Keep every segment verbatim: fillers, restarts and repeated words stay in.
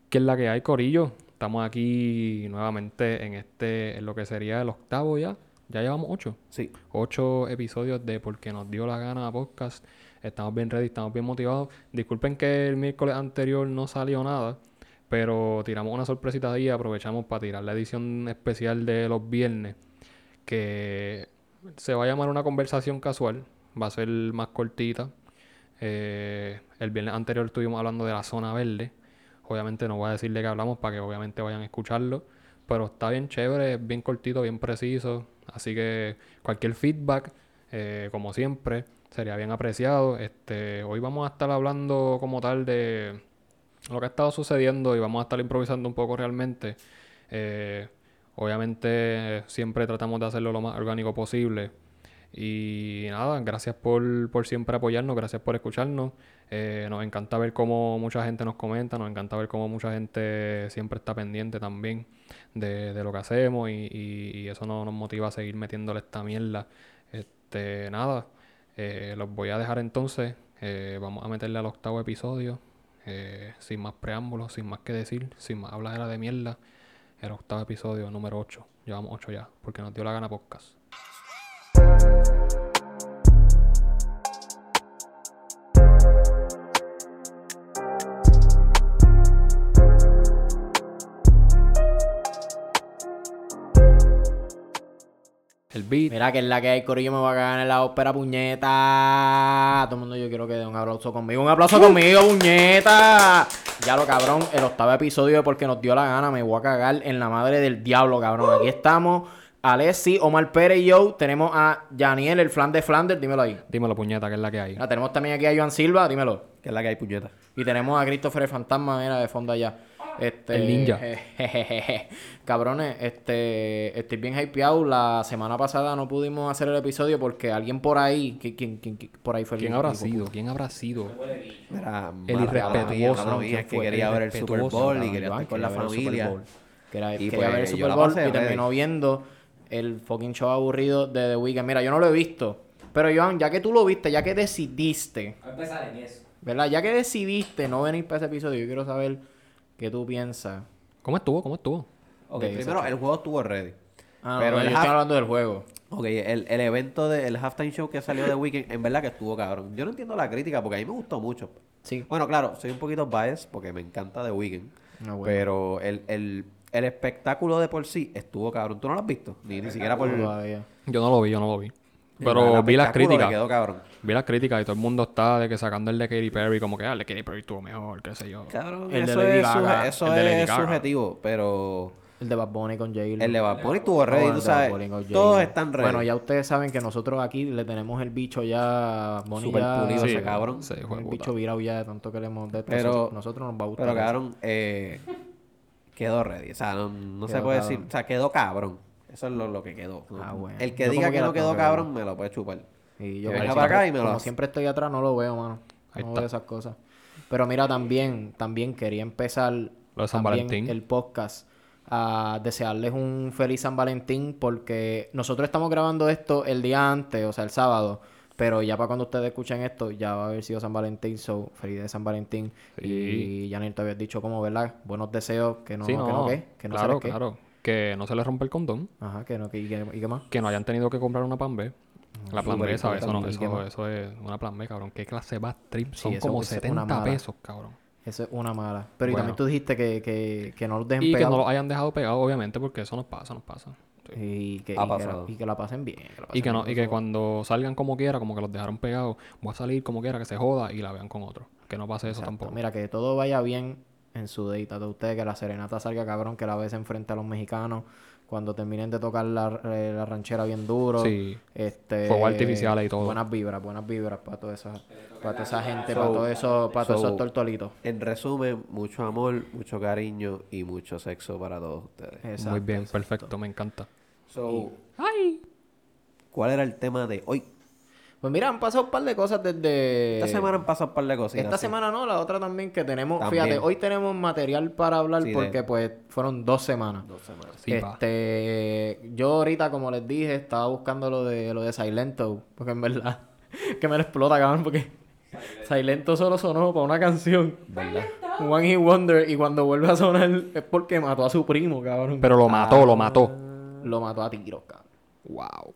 ¿Qué es la que hay, corillo? Estamos aquí nuevamente en este, en lo que sería el octavo ya. Ya llevamos ocho. Sí. Ocho episodios de Porque nos dio la gana podcast. Estamos bien ready, estamos bien motivados. Disculpen que el miércoles anterior no salió nada, pero tiramos una sorpresita ahí y aprovechamos para tirar la edición especial de los viernes, que se va a llamar una conversación casual. Va a ser más cortita. Eh, el viernes anterior estuvimos hablando de la zona verde. Obviamente no voy a decir de qué hablamos para que obviamente vayan a escucharlo. Pero está bien chévere, es bien cortito, bien preciso. Así que cualquier feedback, eh, como siempre, sería bien apreciado. Este, hoy vamos a estar hablando como tal de lo que ha estado sucediendo y vamos a estar improvisando un poco realmente. Eh, obviamente siempre tratamos de hacerlo lo más orgánico posible. Y nada, gracias por, por siempre apoyarnos, gracias por escucharnos. Eh, nos encanta ver cómo mucha gente nos comenta, nos encanta ver cómo mucha gente siempre está pendiente también de, de lo que hacemos y, y- y eso nos, nos motiva a seguir metiéndole esta mierda. Este, nada, eh, los voy a dejar entonces. Eh, vamos a meterle al octavo episodio, eh, sin más preámbulos, sin más que decir, sin más habladera de mierda. El octavo episodio, número ocho. Llevamos ocho ya, porque nos dio la gana podcast. El beat. Mira que es la que hay, corillo, me va a cagar en la ópera, puñeta. Todo el mundo yo quiero que dé un aplauso conmigo. ¡Un aplauso conmigo, puñeta! Ya lo cabrón, el octavo episodio de Porque nos dio la gana, me voy a cagar en la madre del diablo, cabrón. Aquí estamos, Alessi, Omar Pérez y yo. Tenemos a Janiel, el flan de Flanders, dímelo ahí. Dímelo, puñeta, que es la que hay. Mira, tenemos también aquí a Joan Silva, dímelo. Que es la que hay, puñeta. Y tenemos a Christopher el Fantasma, mira, de fondo allá. Este, El ninja. jejeje. Cabrones, este, estoy bien hypeado. La semana pasada no pudimos hacer el episodio porque alguien por ahí, ¿quién, quién, quién- quién- por ahí fue el ¿Quién el habrá hijo sido? puta? ¿Quién habrá sido? Era El mala irrespetuoso, mía, mala ¿quién mía, es que fue? quería El ver el Super irrespetuoso, Bowl y Cabrón, quería Joan, estar con la quería ver el Super familia. Bowl. Quería, Y quería pues, ver el yo Super la Bowl pasé y ready. terminó viendo el fucking show aburrido de The Weeknd. Mira, yo no lo he visto. Pero Joan, ya que tú lo viste, ya que decidiste, A empezar en eso. ¿verdad? Ya que decidiste no venir para ese episodio, yo quiero saber qué tú piensas. ¿Cómo estuvo? ¿Cómo estuvo? Ok, de primero, eso. el juego estuvo ready. Ah, no, Pero no, el yo half- estoy hablando del juego. Ok, el, el evento del halftime show que salió de Weekend, en verdad que estuvo cabrón. Yo no entiendo la crítica porque a mí me gustó mucho. Sí. Bueno, claro, soy un poquito biased porque me encanta The Weeknd. Ah, bueno. Pero el, el, el espectáculo de por sí estuvo cabrón. ¿Tú no lo has visto? Ni, ni siquiera por... Todavía. Yo no lo vi, yo no lo vi. El- Pero el vi las espectáculo le críticas. quedó cabrón. Vi las críticas y todo el mundo está de que sacando el de Katy Perry, como que ah, el de Katy Perry estuvo mejor, qué sé yo. Cabrón, El de eso, Lady es, Gaga. suje- eso El de Lady es Gaga. subjetivo, pero... El de Bad Bunny con J-Lo. El de Bad Bunny estuvo Ah, ready, bueno, tú el de Bad sabes. Bunny con J-Lo. Todos están ready. Bueno, ya ustedes saben que nosotros aquí le tenemos el bicho ya... Bonnie Súper ya- pulido Sí, ese cabrón. sí, hijo de el puta. bicho virado ya de tanto que le hemos... De Pero- nosotros, nosotros nos va a gustar. Pero eso. cabrón, eh, quedó ready. O sea, no, no se Quedó puede cabrón. decir. O sea, quedó cabrón. Eso es lo, lo que quedó. Ah, bueno. El que Yo diga como que quiera no quedó tengo que cabrón, me lo puede chupar. Y yo Que como venga siempre, para acá y me lo como hace. siempre estoy atrás, no lo veo, mano. Ahí No está. veo esas cosas. Pero mira, también, también quería empezar Lo de San también Valentín. el podcast a desearles un feliz San Valentín porque nosotros estamos grabando esto el día antes, o sea, el sábado. Pero ya para cuando ustedes escuchen esto, ya va a haber sido San Valentín, so feliz de San Valentín. Sí. Y Janel te habías dicho como, ¿verdad? Buenos deseos, que no, Sí, que no, ¿qué? Que no se claro, les qué. claro. Que no se le rompe el condón. Ajá, que no, que, y, que, y qué más. Que no hayan tenido que comprar una plan B. La plan Súper B, ¿sabes? Eso, no, importante. ¿Y qué eso, más? eso es una plan B, cabrón. ¿Qué clase de bad trip? Sí, Son eso- como eso es una setenta mala. pesos, cabrón. Eso es una mala. Pero y Bueno. también tú dijiste que, que, que no los dejen Y que pegados. no lo hayan dejado pegado, obviamente, porque eso nos pasa, nos pasa. Sí. Y que, Ha y, que la, pasado. y que la pasen bien. Que la Y pasen que, no, bien, y que eso- cuando salgan como quiera, como que los dejaron pegados, voy a salir como quiera, que se joda y la vean con otro. Que no pase eso Exacto. tampoco. Mira, que todo vaya bien en su date. A ustedes que la serenata salga cabrón, que la besen frente a los mexicanos. Cuando terminen de tocar la, eh, la ranchera bien duro. Sí. Este, Fuegos artificiales y todo. Buenas vibras, buenas vibras para toda esa, para toda esa gente, So- para todo eso, para todos so- esos tortolitos. En resumen, mucho amor, mucho cariño y mucho sexo para todos ustedes. Exacto, Muy bien, exacto. perfecto, me encanta. So, ¿cuál era el tema de hoy? Pues mira, han pasado un par de cosas desde... Esta semana han pasado un par de cositas. Esta sí. semana no, la otra también que tenemos... También. Fíjate, hoy tenemos material para hablar Sí, de- porque pues fueron dos semanas. Dos semanas. Sí, pa. este, yo ahorita, como les dije, estaba buscando lo de lo de Silento, porque en verdad que me lo explota, cabrón, porque Silento solo sonó para una canción. ¿Verdad? One Hit Wonder. Y cuando vuelve a sonar es porque mató a su primo, cabrón. Pero lo mató, lo mató. Lo mató a tiros, cabrón. Wow.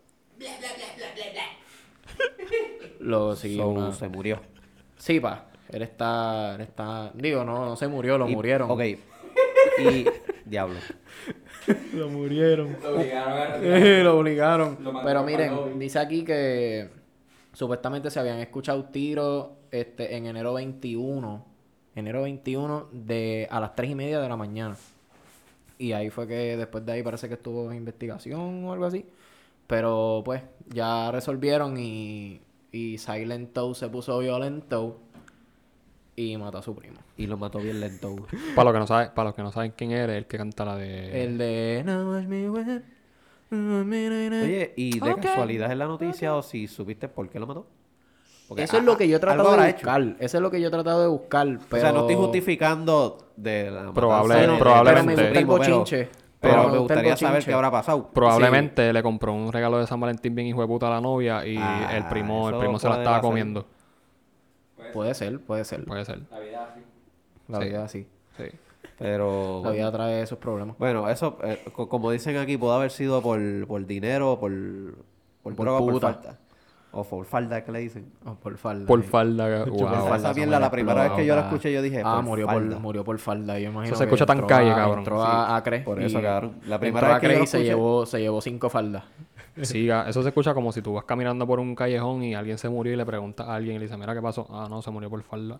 Lo sí, So, una- se murió. Sí, pa. Él está, él está... Digo, no, no se murió, lo Y- murieron. Ok. Y... Diablo. Lo murieron. Lo obligaron a Eh, retirar. lo obligaron. Lo mandaron Pero para miren, lobby. dice aquí que supuestamente se habían escuchado tiros este, en enero veintiuno. Enero veintiuno de, a las tres y media de la mañana. Y ahí fue que después de ahí parece que estuvo en investigación o algo así. Pero pues ya resolvieron y, y Silent Toe se puso violento y mató a su primo. Y lo mató bien lento. Para los que no saben, para los que no saben quién eres, el que canta la de. El de... No, es mi web. Oye, ¿y de Ok. casualidad en la noticia o si supiste por qué lo mató? Porque Eso es a- lo que yo he a- tratado algo de habrá hecho. buscar. Eso es lo que yo he tratado de buscar. Pero... O sea, no estoy justificando de la matanza Probable- de- Pero- de- probablemente. Pero me gusta el primo, pero- bochinche. Pero, Pero me me gusta el gustaría saber bochinche. qué habrá pasado. Probablemente le compró un regalo de San Valentín bien hijo de puta a la novia y Ah, el primo, el eso primo se la puede estaba pasar. comiendo. Puede ser, puede ser. Puede ser. La vida así. La Sí. vida así. Sí. Pero... La vida trae esos problemas. Bueno, eso, eh, co- como dicen aquí, puede haber sido por, por dinero, por, por, Por droga, por puta. falta. O por falda, que le dicen. Oh, por falda. Por sí. falda. Por Wow. falda, Esa eso mierda, me la primera vez que yo la explota. escuché, yo dije, Ah, por murió falda. por, murió por falda. Yo imagino Eso se que escucha tan entró calle, a- cabrón. Entró Sí. a Acre. Por eso, y cabrón. La primera entró vez a que yo Acre lo y se escuché- llevó, se llevó cinco faldas. Siga, eso se escucha como si tú vas caminando por un callejón y alguien se murió y le preguntas a alguien y le dice, mira, ¿qué pasó? Ah, no, se murió por falda.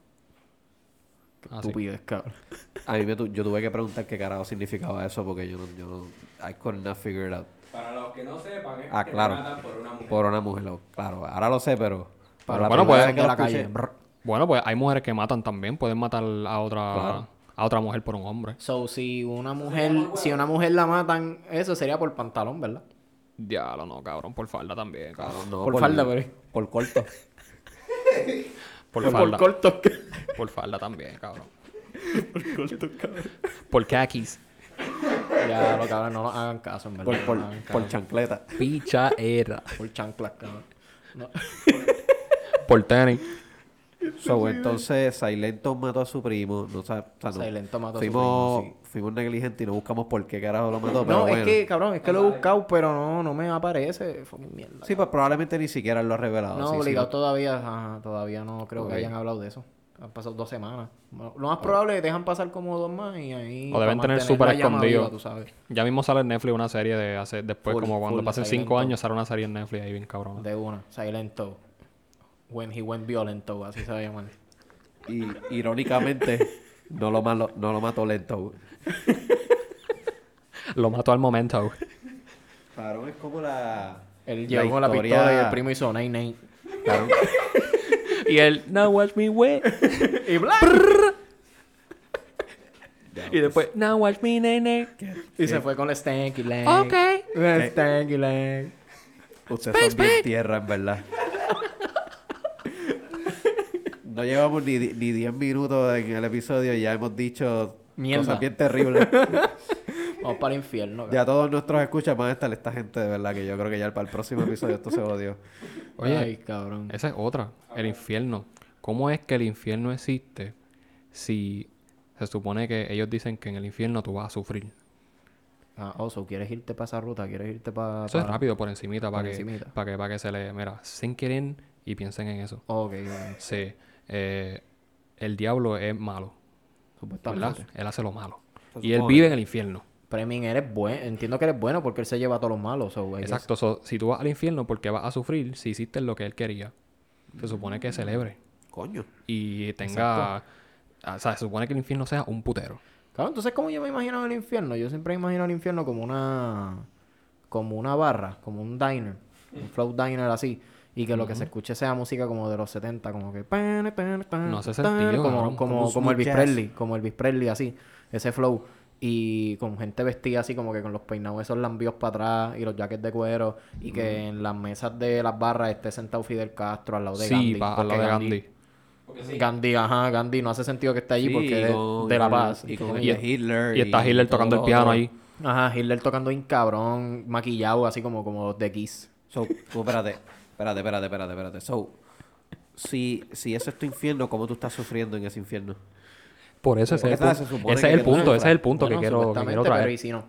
Así. Estupidez, cabrón. A mí me tu- yo tuve que preguntar qué carajo significaba eso porque yo no, yo no, I could not figure it out. Para los que no sepan, es Ah, que claro. te matan por una mujer. Por una mujer, lo- claro, ahora lo sé, pero... Para la bueno, primera pues, vez que de lo la escuché- calle. Brr. Bueno, pues hay mujeres que matan también. Pueden matar a otra, Claro. a otra mujer por un hombre. So, si una mujer, si una mujer la matan, eso sería por pantalón, ¿verdad? Diablo, no, cabrón. Por falda también, cabrón. No, Por falda, pero- Por corto. Por Por falda. cortos. Por falda también, cabrón. Por khakis. Ya, lo cabrón, no nos hagan caso, en verdad. Por, no por, nos hagan caso. por chancleta. Picha era. Por chanclas, cabrón. No. Por tenis. So, entonces, Silento mató a su primo. No, sa- o sea, no. Silento mató a su fuimos, primo, fuimos negligentes y no buscamos por qué carajo lo mató. Pero No, bueno. es que, cabrón, es que lo he buscado, pero no, no me aparece. Fucking mierda. Sí, pues probablemente ni siquiera lo ha revelado. No, sí, sí, obligado no. todavía, ajá, todavía no creo Ok. que hayan hablado de eso. Han pasado dos semanas. Bueno, lo más probable es que dejan pasar como dos más y ahí... O deben para tener mantener súper la llama escondido. viva, tú sabes. Ya mismo sale en Netflix una serie de hace, después, Full, como cuando full, pasen Silent cinco Hill. años, sale una serie en Netflix ahí bien cabrona. De una, Silento. When he went violento, así se va a llamar. Y irónicamente, no lo, malo, no lo mató lento. Lo mató al momento. Claro, es como la. Él llegó con la historia- pistola y el primo hizo nine nine. Claro. Y él, now watch me wet. Y bla. Y después, now watch me nene. Y se fue con el stanky leg. Ok. El stanky leg. Ustedes son bien tierra, en verdad. No llevamos ni, ni diez minutos en el episodio y ya hemos dicho Mierda. cosas bien terribles. Vamos para el infierno. Ya todos nuestros escuchas van a estar esta gente, de verdad, que yo creo que ya para el próximo episodio esto se odió. Oye, Ay, cabrón. esa es otra. El infierno. ¿Cómo es que el infierno existe si se supone que ellos dicen que en el infierno tú vas a sufrir? Ah, Oso, ¿quieres irte para esa ruta? ¿Quieres irte para...? Eso es rápido, por encimita, por para que, encimita. para que, para que se le... Mira, sin querer y piensen en eso. Ok, ok. Sí. eh, el diablo es malo, ¿verdad? Supuestamente. Él hace lo malo. Se Y él supone. vive en el infierno. Premin, eres bueno. Entiendo que eres bueno porque él se lleva a todos los malos. So, I guess. Exacto. So, si tú vas al infierno, ¿por qué vas a sufrir si hiciste lo que él quería? Se supone que celebre Coño. y tenga... O sea, se supone que el infierno sea un putero. Claro, entonces, ¿cómo yo me imagino el infierno? Yo siempre me imagino el infierno como una... Como una barra, como un diner. Un flow diner así. Y que lo que se escuche sea música como de los setenta, como que... No hace sentido, Como, cabrón. como, Como como Elvis smooth jazz. Presley. Como Elvis Presley, así. Ese flow. Y con gente vestida así como que con los peinados esos lambios para atrás y los jackets de cuero. Y que en las mesas de las barras esté sentado Fidel Castro al lado de Sí, Gandhi. pa- al porque lado de Gandhi. Porque sí. Gandhi, ajá, Gandhi. No hace sentido que esté allí Sí, porque y es de, con- de La y con- Paz. Y con Y- el de Hitler. Y está Hitler todos tocando el los piano otros. ahí. Ajá, Hitler tocando bien cabrón, maquillado, así como, como de Kiss. So, tú, espérate, espérate, espérate, espérate, espérate. So, si, si ese es tu infierno, ¿cómo tú estás sufriendo en ese infierno? Por eso ese Porque, es el ¿sabes? punto. Se supone Ese que es el tú punto, sufras. ese es el punto Bueno, que quiero, que quiero supuestamente, traer. pero ¿y si no?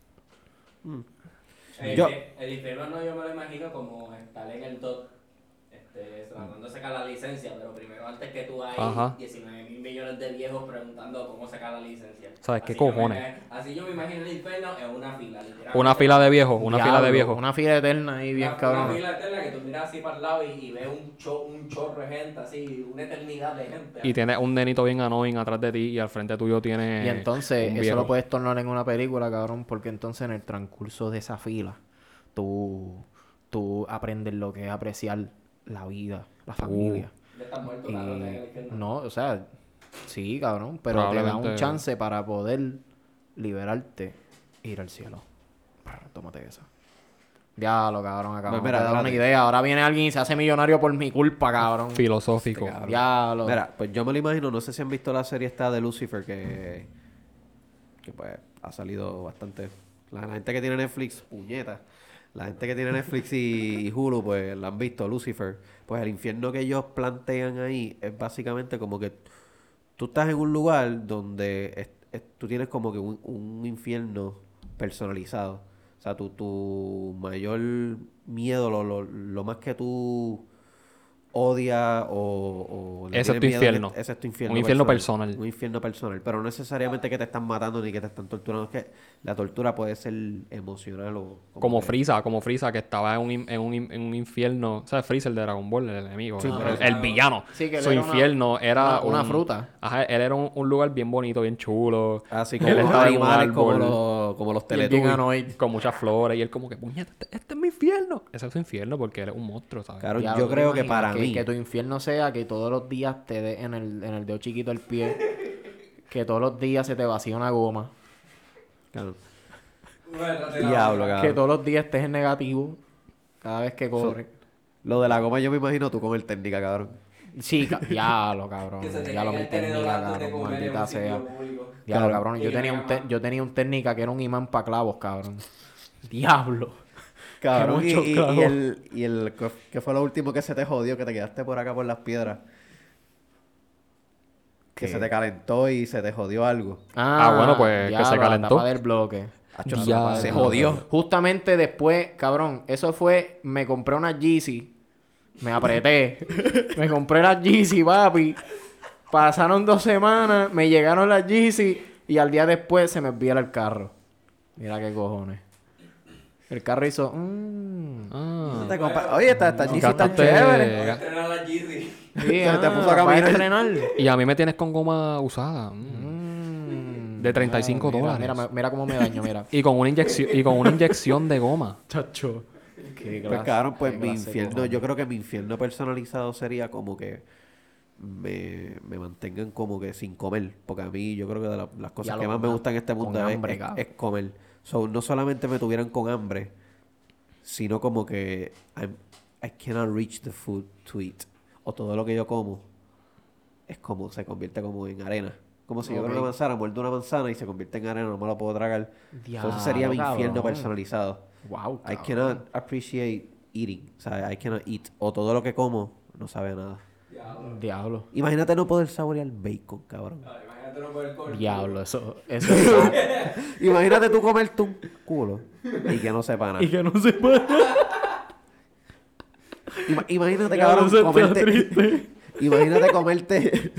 El, Yo- el infierno no, yo me lo imagino como estar en el D O T, este, tratando de sacar la licencia, pero primero antes que tú hay Ajá. diecinueve mil millones de viejos preguntando cómo sacar la licencia. ¿Sabes qué Así yo me- cojones? así yo me imagino el infierno en una fila, literalmente. Una fila de viejos, una fila de Diablo, viejos. Una fila eterna ahí bien Una, cabrón. una fila eterna que tú miras así para el lado y, y ves un, cho, un chorro de gente, así, una eternidad de gente. Y tienes un nenito bien annoying atrás de ti y al frente tuyo tienes Y entonces, un eso viejo. lo puedes tornar en una película, cabrón, porque entonces en el transcurso de esa fila, tú, tú aprendes lo que es apreciar la vida, la familia. Ya estás muerto, Y cabrón, en el infierno. no, o sea, sí, cabrón, pero te da un Probablemente- chance para poder liberarte e ir al cielo. Brr, Tómate esa. Diablo, cabrón, acabamos Pues mira, de dar una espérate. idea. Ahora viene alguien y se hace millonario por mi culpa, cabrón. Filosófico. Este cabrón. Diablo. Mira, pues yo me lo imagino, no sé si han visto la serie esta de Lucifer que, que pues ha salido bastante. La, la gente que tiene Netflix, puñeta. La gente que tiene Netflix y, y Hulu, pues la han visto, Lucifer. Pues el infierno que ellos plantean ahí es básicamente como que tú estás en un lugar donde es- es- tú tienes como que un, un infierno personalizado. O sea, tu, tu mayor miedo, lo, lo, lo más que tú odias o, o le Ese es tienes tu miedo en infierno. este- ese es tu infierno Un infierno personal. Un infierno personal. Pero no necesariamente que te están matando ni que te están torturando. Es que la tortura puede ser emocional o... Como que- Frieza, como Frieza que estaba en un, in- en un, in- en un infierno. ¿Sabes? Freezer de Dragon Ball, el enemigo. el, pero- el villano. Sí, que él Su era una- infierno era una- una un- fruta. Ajá, él era un, un lugar bien bonito, bien chulo. Así que como él los estaba en un animales, como árbol los, como los Y él bien Teletubbies. annoyed. con muchas flores. Y él como que, puñeta, este, este es mi infierno. Ese es su infierno porque él es un monstruo, ¿sabes? Claro, Diablo, yo ¿tú te creo que imaginas para que, mí... que tu infierno sea que todos los días te dé en el, en el dedo chiquito del pie, que todos los días se te vacía una goma, Claro. Bueno, te la- Diablo, que cabrón. todos los días estés en negativo cada vez que corre. Lo de la goma yo me imagino tú con el técnica, cabrón. Sí, ca- diablo, cabrón. Que se te Diablo, caiga mi el tenedor técnica, antes de cabrón. comer en Maldita un sea. sitio público. Diablo, Claro. cabrón. Y Yo que tenía, me un te- llama. yo tenía un técnica que era un imán para clavos, cabrón. Diablo. Cabrón, y, mucho y- y clavo. el, y el... ¿Qué fue lo último que se te jodió? Que te quedaste por acá por las piedras. Que ¿Qué? se te calentó y se te jodió algo. Ah, bueno, pues, que se la calentó. tapa del bloque. Acho, La se- tapa del se bloque. jodió. Justamente después, cabrón, eso fue, me compré una Yeezy, me apreté, me compré las Yeezy, papi. Pasaron dos semanas, me llegaron las Yeezy y al día después se me olvidó el carro. Mira qué cojones. El carro hizo... mm. Ah. Te compa- Oye, esta, esta Yeezy está Gastaste- chévere. Voy a estrenar la Yeezy. Sí, Se te ah, puso a para caminar. estrenar. Y a mí me tienes con goma usada. mm. Mm. De treinta y cinco Mira, dólares. Mira, mira, mira cómo me daño, mira. Y con una inyección, y con una inyección de goma. Chacho. Qué Pues clase- cabrón, pues qué mi clase de infierno, cojones. yo creo que mi infierno personalizado sería como que me, me mantengan como que sin comer. Porque a mí yo creo que de la- las cosas Ya que lo- más me gustan en este con mundo es, hambre, es- cabrón. es comer. So, no solamente me tuvieran con hambre, sino como que I'm- I cannot reach the food to eat. O todo lo que yo como es como, se convierte como en arena. Como si yo Ok. veo una manzana, muerdo una manzana y se convierte en arena, no me lo puedo tragar. So, ese sería Diablo, mi infierno cabrón. personalizado. Wow, I cannot appreciate eating. O sea, I cannot eat. O todo lo que como no sabe a nada. Diablo. Imagínate no poder saborear bacon, cabrón. Ah, Imagínate no poder comer. Diablo, eso, eso es sad. Imagínate tú comerte un culo y que no sepa nada. Y que no se puede. Ima- imagínate, Diablo, cabrón, eso está comerte... triste. Imagínate comerte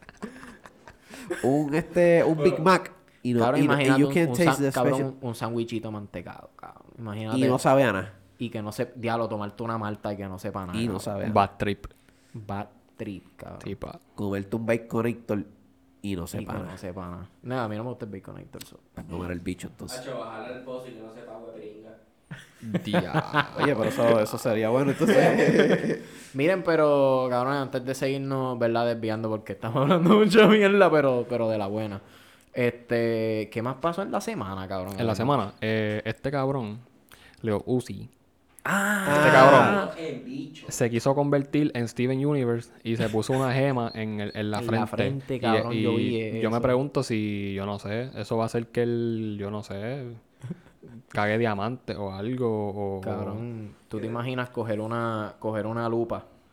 un, este, un Big Mac y no, Cabrón, y, no- and imagínate you un, can't un taste sa- the cabrón, special... un, un sandwichito mantecado, cabrón. Imagínate. Y no sabe a nada. Y que no se... Diablo, tomarte una malta y que no sepa nada. Y no cabrón. sabe a nada. Bad trip. Bad trip, cabrón. Sí, pa. Comerte un baconator y no Y sepa que nada. no sepa nada. No, a mí no me gusta el baconator. So. Para comer el bicho, entonces. Hacho, bajarle el pozo y que no sepa agua de pringa. Dia. Oye, pero eso, eso sería bueno, entonces... Miren, pero, cabrón, antes de seguirnos, ¿verdad? Desviando porque estamos hablando mucha mierda, pero, pero de la buena. Este... ¿Qué más pasó en la semana, cabrón? En la semana, eh, este cabrón, Leo Uzi, Ah, este cabrón El bicho. se quiso convertir en Steven Universe y se puso una gema en, el- en la En frente. la frente, Y- cabrón, y yo vi yo me eso. pregunto si, yo no sé, eso va a hacer que él, yo no sé, cague diamante o algo. O, Cabrón, ¿tú te imaginas coger una, coger una lupa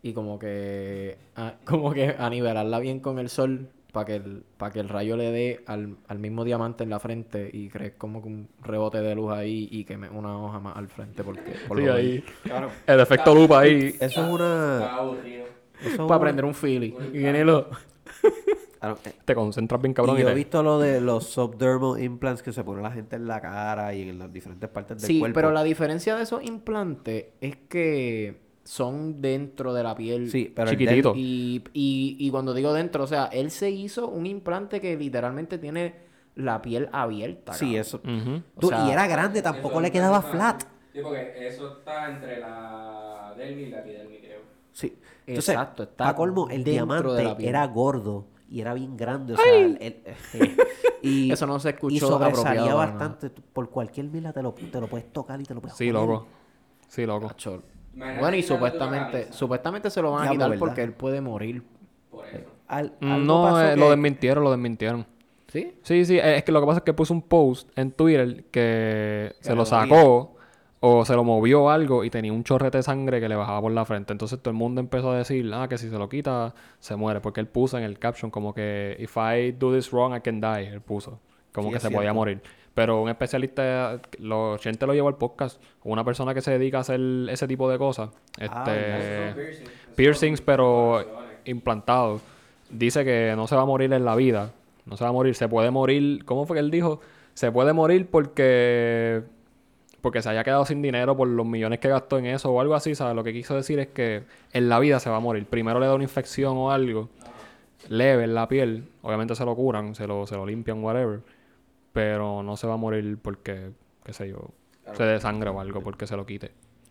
y como que a, como que a nivelarla bien con el sol para que el para que el rayo le dé al, al mismo diamante en la frente y crees como que un rebote de luz ahí y queme una hoja más al frente porque por Sí, lo ahí. Claro. El efecto lupa ahí. Eso es una... Está aburrido. Eso es para una- prender un Philly y viene lo Claro, eh, Te concentras bien cabrón y y, yo he te... visto lo de los subdermal implants que se pone la gente en la cara y en las diferentes partes del sí, cuerpo. pero la diferencia de esos implantes es que son dentro de la piel. Sí, pero el Chiquitito. del- Y, y, y cuando digo dentro, o sea, él se hizo un implante que literalmente tiene la piel abierta. Sí, cabrón. eso. Ujú. O Tú, sea, y era grande, tampoco Eso le no quedaba está- flat. Sí, porque eso está entre la dermis y la epidermis, creo. Sí. Entonces, Exacto, está pa' colmo, el dentro de la diamante piel. era gordo y era bien grande. O sea, el- el- y, Eso no se escuchó y sobresalía apropiado, bastante. Tú, por cualquier mila te lo, te lo puedes tocar y te lo puedes Sí, joder. loco. Sí, loco. Acho. Imagínate Bueno, y quitándote una supuestamente, camisa. supuestamente se lo van a Diablo, quitar ¿verdad? porque él puede morir. Por eso. Al- Mm, algo No, pasó eh, lo que- desmintieron, lo desmintieron. ¿Sí? Sí, sí, eh, es que lo que pasa es que puso un post en Twitter que se le lo dolía. sacó o se lo movió algo y tenía un chorrete de sangre que le bajaba por la frente. Entonces todo el mundo empezó a decir, ah, que si se lo quita, se muere. Porque él puso en el caption como que, if I do this wrong, I can die. Él puso. Como Sí, que es se podía cierto. morir. Pero un especialista, lo, Chente lo llevó al podcast, una persona que se dedica a hacer ese tipo de cosas, Ah, este, Son piercings. piercings, Son pero perforaciones. implantados. Dice que no se va a morir en la vida. No se va a morir. Se puede morir. ¿Cómo fue que él dijo? Se puede morir porque. Porque se haya quedado sin dinero por los millones que gastó en eso o algo así, ¿sabes? Lo que quiso decir es que en la vida se va a morir. Primero le da una infección o algo leve en la piel. Obviamente se lo curan, se lo, se lo limpian, whatever. Pero no se va a morir porque, qué sé yo, se desangre o algo, porque se lo quite.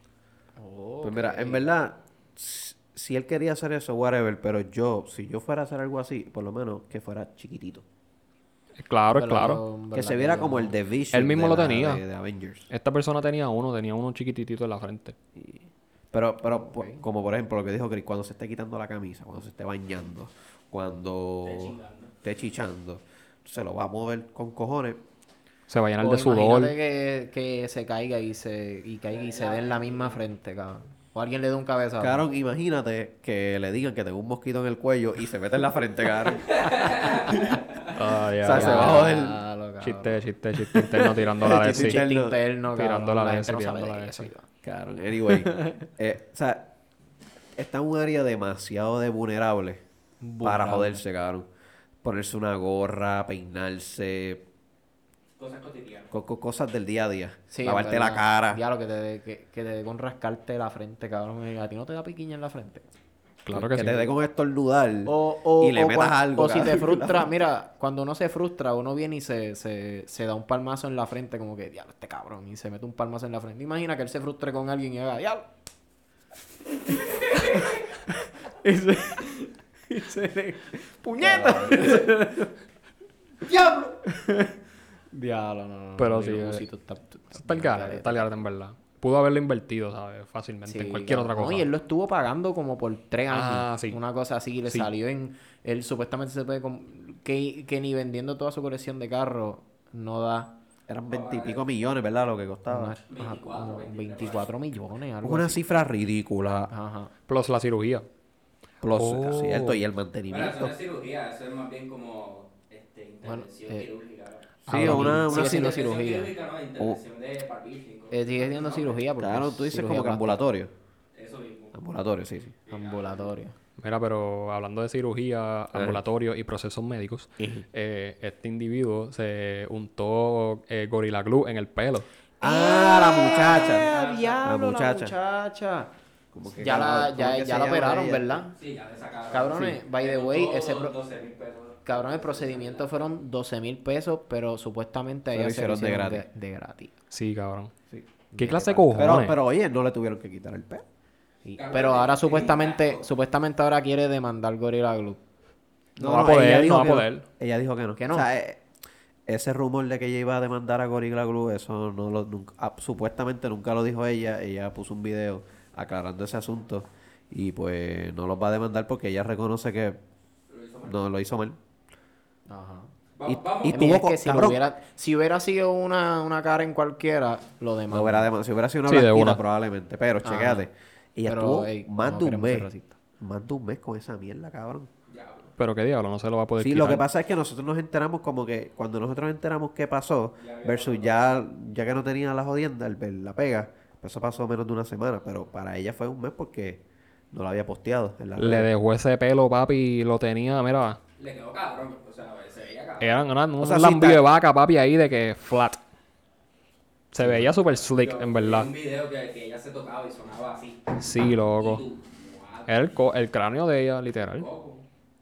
Pues mira, en verdad, s- si él quería hacer eso, whatever, pero yo, si yo fuera a hacer algo así, por lo menos que fuera chiquitito. Claro, es Pero, claro. en Que verdad se viera yo como no- el de Vision Él mismo de lo la- tenía. de- de Avengers. Esta persona tenía uno, tenía uno chiquititito en la frente. Pero, pero po- como por ejemplo lo que dijo Chris, cuando se esté quitando la camisa, cuando se esté bañando, cuando Esté chingando. esté chichando, se lo va a mover con cojones. Se va a llenar O de sudor. imagínate que, que se caiga y se, y caiga y se dé en la misma frente, cabrón. O alguien le dé un cabezazo. Cabrón, imagínate que le digan que tengo un mosquito en el cuello y se mete en la frente, cabrón. Ay, O sea, ay, se ay. va a joder. Diablo, cabrón. Chiste, chiste, chiste interno tirando la de Chiste sí. interno. Chiste interno, cabrón. Tirando la La de gente no ese, sabe tirando la de de eso, ese. Cabrón, anyway. eh, o sea, está en un área demasiado de vulnerable, para Vulnerable. joderse, cabrón. Ponerse una gorra, peinarse, Cosas cotidianas. co- co- cosas del día a día. Sí, Lavarte en la verdad. cara. Diablo, que te dé que, que te dé con rascarte la frente, cabrón. A ti no te da piquiña en la frente. Claro que, que sí. te dé con estornudar O, o, y le o metas cuan- algo. O si te cabrón. frustra, mira, cuando uno se frustra, uno viene y se, se, se da un palmazo en la frente, como que, diablo, este cabrón, y se mete un palmazo en la frente. Imagina que él se frustre con alguien y haga, diablo. y se. Y se. ¡Puñeta! ¡Diablo! Diablo, no, no. Pero no, sí, digo, eh, Musito, está- Está el garete, está el garete en verdad. Pudo haberlo invertido, ¿sabes? Fácilmente, en Sí, cualquier cabrón. otra cosa. No, y él lo estuvo pagando como por tres años. Ah, sí. Una cosa así. Le Sí. salió en... Él supuestamente se puede... com- Que, que ni vendiendo toda su colección de carros no da... Eran veintipico millones, ¿verdad? Lo que costaba. Una, ajá, veinticuatro, como veinticuatro. veinticuatro millones, algo Una así. cifra ridícula. Ajá. Plus la cirugía. Plus, Oh. ¿cierto? Y el Bueno, eso mantenimiento. no es cirugía, eso es más bien como este, intervención Bueno, eh, quirúrgica. Sí, Ahora, una, sigue una siendo cir- cirugía. Quirúrgica, no, intervención de parpírgico. Eh, sigue siendo cirugía porque Claro, es tú dices cirugía como que plástica. ambulatorio. Eso mismo. Ambulatorio, sí, sí. Ambulatorio. Mira, pero hablando de cirugía, ambulatorio y procesos médicos, eh, este individuo se untó eh, Gorilla Glue en el pelo. Ah, la muchacha. Ah, diablo, la muchacha. muchacha. Como que, Ya la, cabrón, ¿cómo ya, es que ya se la llama operaron, ella? ¿verdad? Sí, ya le sacaron. Cabrones, Sí. by the Le way, costó ese pro- doce mil pesos. Cabrón, el procedimiento fueron doce mil pesos, pero supuestamente a Se lo ella se lo hicieron de hicieron de, gratis. de gratis. Sí, cabrón. Sí. ¿Qué clase de Pero, cojones? pero oye, no le tuvieron que quitar el pelo. Sí. Cabrón, Pero ahora es supuestamente, ingrato. supuestamente ahora quiere demandar Gorilla Glue. No va a poder, ella no dijo va a que poder. Ella dijo que no. Que no. O sea, eh, ese rumor de que ella iba a demandar a Gorilla Glue, eso no lo, nunca, ah, supuestamente nunca lo dijo ella. Ella puso un video aclarando ese asunto y pues no los va a demandar porque ella reconoce que Lo hizo mal. no lo hizo mal. Ajá. Va- Y- vamos. y Es tuvo que co- si, cabrón. hubiera, si hubiera sido una, una cara en cualquiera, lo demanda. No hubiera dem- si hubiera sido una Sí, de blanquita una. probablemente. Pero Ajá. chequéate. Ella Pero, estuvo ey, más no de un queremos ser mes. racistas. más de un mes con esa mierda, cabrón. Diablo. Pero qué diablo, no se lo va a poder Sí, quitar. lo que pasa es que nosotros nos enteramos como que cuando nosotros enteramos qué pasó, versus ya, ya que no tenía la jodienda, el, el- la pega, pues eso pasó menos de una semana, pero para ella fue un mes porque no lo había posteado en las Le redes. dejó ese pelo, papi, y lo tenía, mira. Le quedó cabrón, o sea, se veía cabrón. Eran una- un O sea, sí lambio está- de vaca, papi, ahí de que flat. Se Sí, veía súper slick, Yo en vi verdad. un video que, que ella se tocaba y sonaba así. Sí, Y loco. tú, what Era el, co- el cráneo de ella, literal. coco.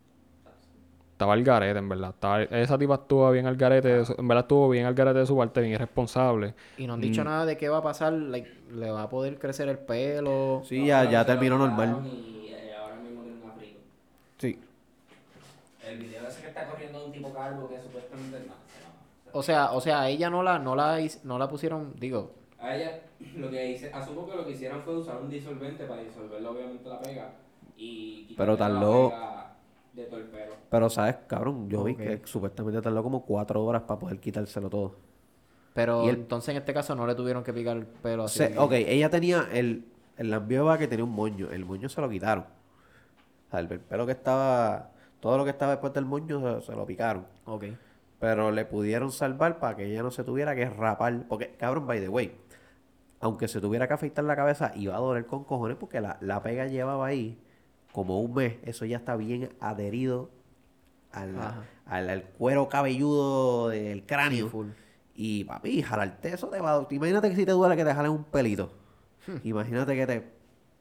Estaba al garete, en verdad. Estaba- esa tipa estuvo bien al garete. de su- en verdad estuvo bien al garete de su parte, bien irresponsable. Y no han dicho Mm. nada de qué va a pasar. Like, le va a poder crecer el pelo. Sí, ya, ya terminó normal. Y eh, ahora mismo tiene un afrito. Sí. El video ese que está corriendo de un tipo calvo que supuestamente no, no. O sea, o sea, a ella no la, no la, hic- no la pusieron, digo, A ella, lo que hice, asumo que lo que hicieron fue usar un disolvente para disolverle obviamente la pega y quitarle Pero tardó- la pega de todo el pelo. Pero, ¿sabes, cabrón? Yo vi Ok. que supuestamente tardó como cuatro horas para poder quitárselo todo. pero Y el- entonces en este caso no le tuvieron que picar el pelo así. Se- ok, ella tenía el, el lambio que tenía un moño. El moño se lo quitaron. O sea, el, el pelo que estaba, todo lo que estaba después del moño se, se lo picaron. Ok. Pero le pudieron salvar para que ella no se tuviera que rapar. Porque, cabrón, by the way, aunque se tuviera que afeitar la cabeza, iba a doler con cojones porque la, la pega llevaba ahí como un mes. Eso ya está bien adherido al, Ajá. al, al cuero cabelludo del Sí, cráneo. full. Y papi, jalarte eso te va a... Imagínate que si te duele que te jalen un pelito. Hmm. Imagínate que te...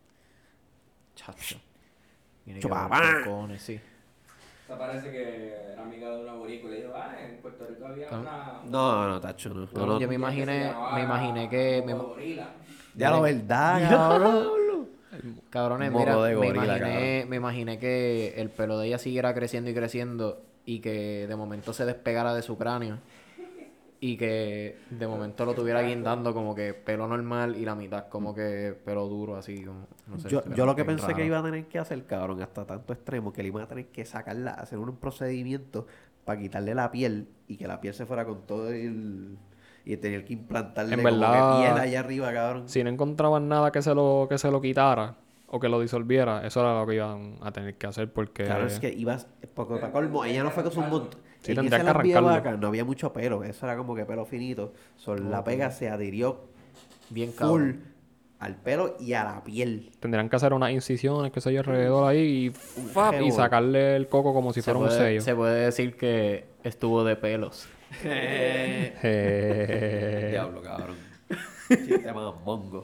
Chacho. Tiene que Chupa, doler pa. con cojones, sí. Esta parece que era amiga de una boricua y le dijo, ah, en Puerto Rico había Ah. una... No, no, tacho, no. No, no. Yo me imaginé, me imaginé que... me- Gorila. Ya la verdad, cabrón. cabrones, Moco mira, de me gorila, imaginé, me imaginé que el pelo de ella siguiera creciendo y creciendo y que de momento se despegara de su cráneo y que de momento lo tuviera guindando como que pelo normal y la mitad como que pelo duro así como, no sé, Yo, se ve yo lo que bien pensé raro. que iba a tener que hacer, cabrón, hasta tanto extremo, que le iban a tener que sacarla, hacer un procedimiento para quitarle la piel y que la piel se fuera con todo el... Y tener que implantarle En como verdad- que piel allá arriba, cabrón. Si no encontraban nada que se lo, que se lo quitara o que lo disolviera, eso era lo que iban a tener que hacer porque... Claro, es que ibas... Porque para colmo, ella no fue con su montón. Sí, en tendría ese que lambio de arrancarlo. vaca no había mucho pelo. Eso era como que pelo finito. So, la pega se adhirió bien full cabrón. al pelo y a la piel. Tendrían que hacer unas incisiones, qué sé yo, alrededor ahí y, ¡fap! y jebo. sacarle el coco como si Se fuera un puede, sello. se puede decir que estuvo de pelos. Eh, Diablo, cabrón. Chiste más mongo.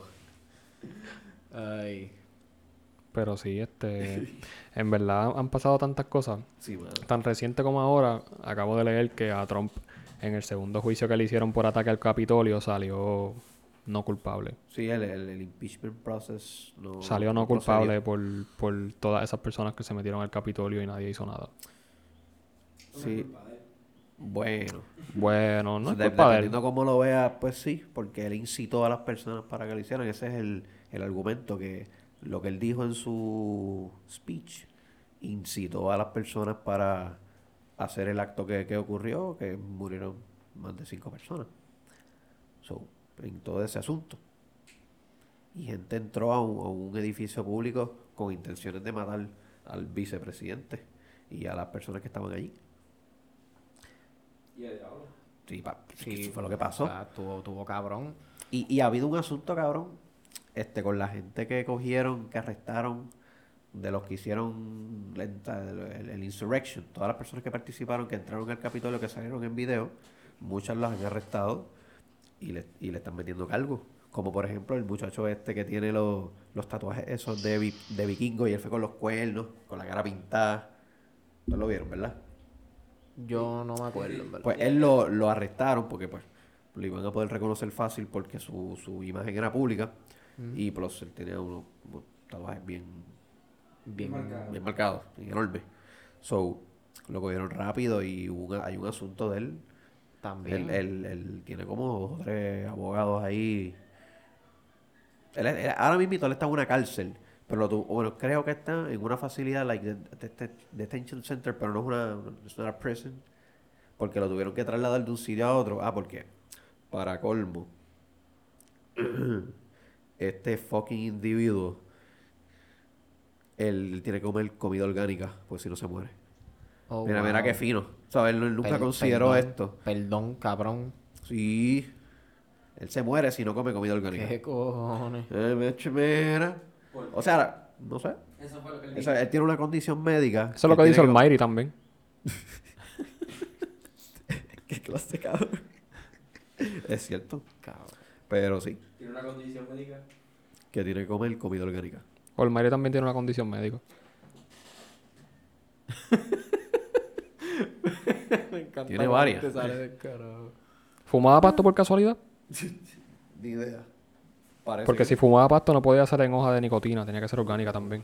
Ay. Pero sí, este... En verdad han pasado tantas cosas. Sí, mano. Tan reciente como ahora, acabo de leer que a Trump, en el segundo juicio que le hicieron por ataque al Capitolio, salió no culpable. Sí, el, el, el impeachment process no... Salió no procedió. culpable por, por todas esas personas que se metieron al Capitolio y nadie hizo nada. Sí. Bueno. Bueno, no es De- culpa de él. dependiendo cómo lo veas, pues sí, porque él incitó a las personas para que lo hicieran. Ese es el, el argumento, que lo que él dijo en su speech incitó a las personas para hacer el acto que, que ocurrió, que murieron más de cinco personas. So, en todo ese asunto. Y gente entró a un, a un edificio público con intenciones de matar al vicepresidente y a las personas que estaban allí. Y el diablo. Sí, pa- eso fue lo que pasó. O sea, tuvo, tuvo cabrón. Y, y ha habido un asunto, cabrón, este, con la gente que cogieron, que arrestaron, de los que hicieron lenta- el, el- el insurrection, todas las personas que participaron, que entraron al Capitolio, que salieron en video, muchas las han arrestado y le, y le están metiendo cargos. Como por ejemplo el muchacho este que tiene los, los tatuajes esos de, vi- de vikingo y él fue con los cuernos, con la cara pintada. ¿Ustedes lo vieron, verdad? Yo no me acuerdo, en verdad. Pues él lo, lo arrestaron porque pues lo iban a poder reconocer fácil porque su, su imagen era pública y plus él tenía unos, unos tatuajes bien, Bien. marcado. bien marcados, bien enormes. So, lo cogieron rápido y hubo un- hay un asunto de él. También. Él, él, él tiene como dos o tres abogados ahí. Él, él- ahora mismo él está en una cárcel. Pero lo tu- bueno, creo que está en una facilidad, like de- de- de- detention center, pero no es una, it's not a prison. Porque lo tuvieron que trasladar de un sitio a otro. Ah, porque, para colmo, este fucking individuo él tiene que comer comida orgánica, pues si no se muere. Oh, mira, mira wow. qué fino. O sea, él nunca Per- consideró perdón, esto. Perdón, cabrón. Sí. Él se muere si no come comida orgánica. ¿Qué cojones? Eh, meche, mira. ¿Por qué? O sea, no sé. Eso fue lo que él O dijo. sea, él tiene una condición médica. Eso es lo que él dice tiene Almighty también. ¿Qué clase, cabrón? Es cierto. Cabrón. Pero sí, Tiene una condición médica. que tiene que comer comida orgánica. Almighty también tiene una condición médica. Me encanta Tiene cómo varias. te sale del carajo. ¿Fumaba pasto por casualidad? Ni idea. Parece Porque que- si fumaba pasto no podía ser en hoja de nicotina, tenía que ser orgánica también.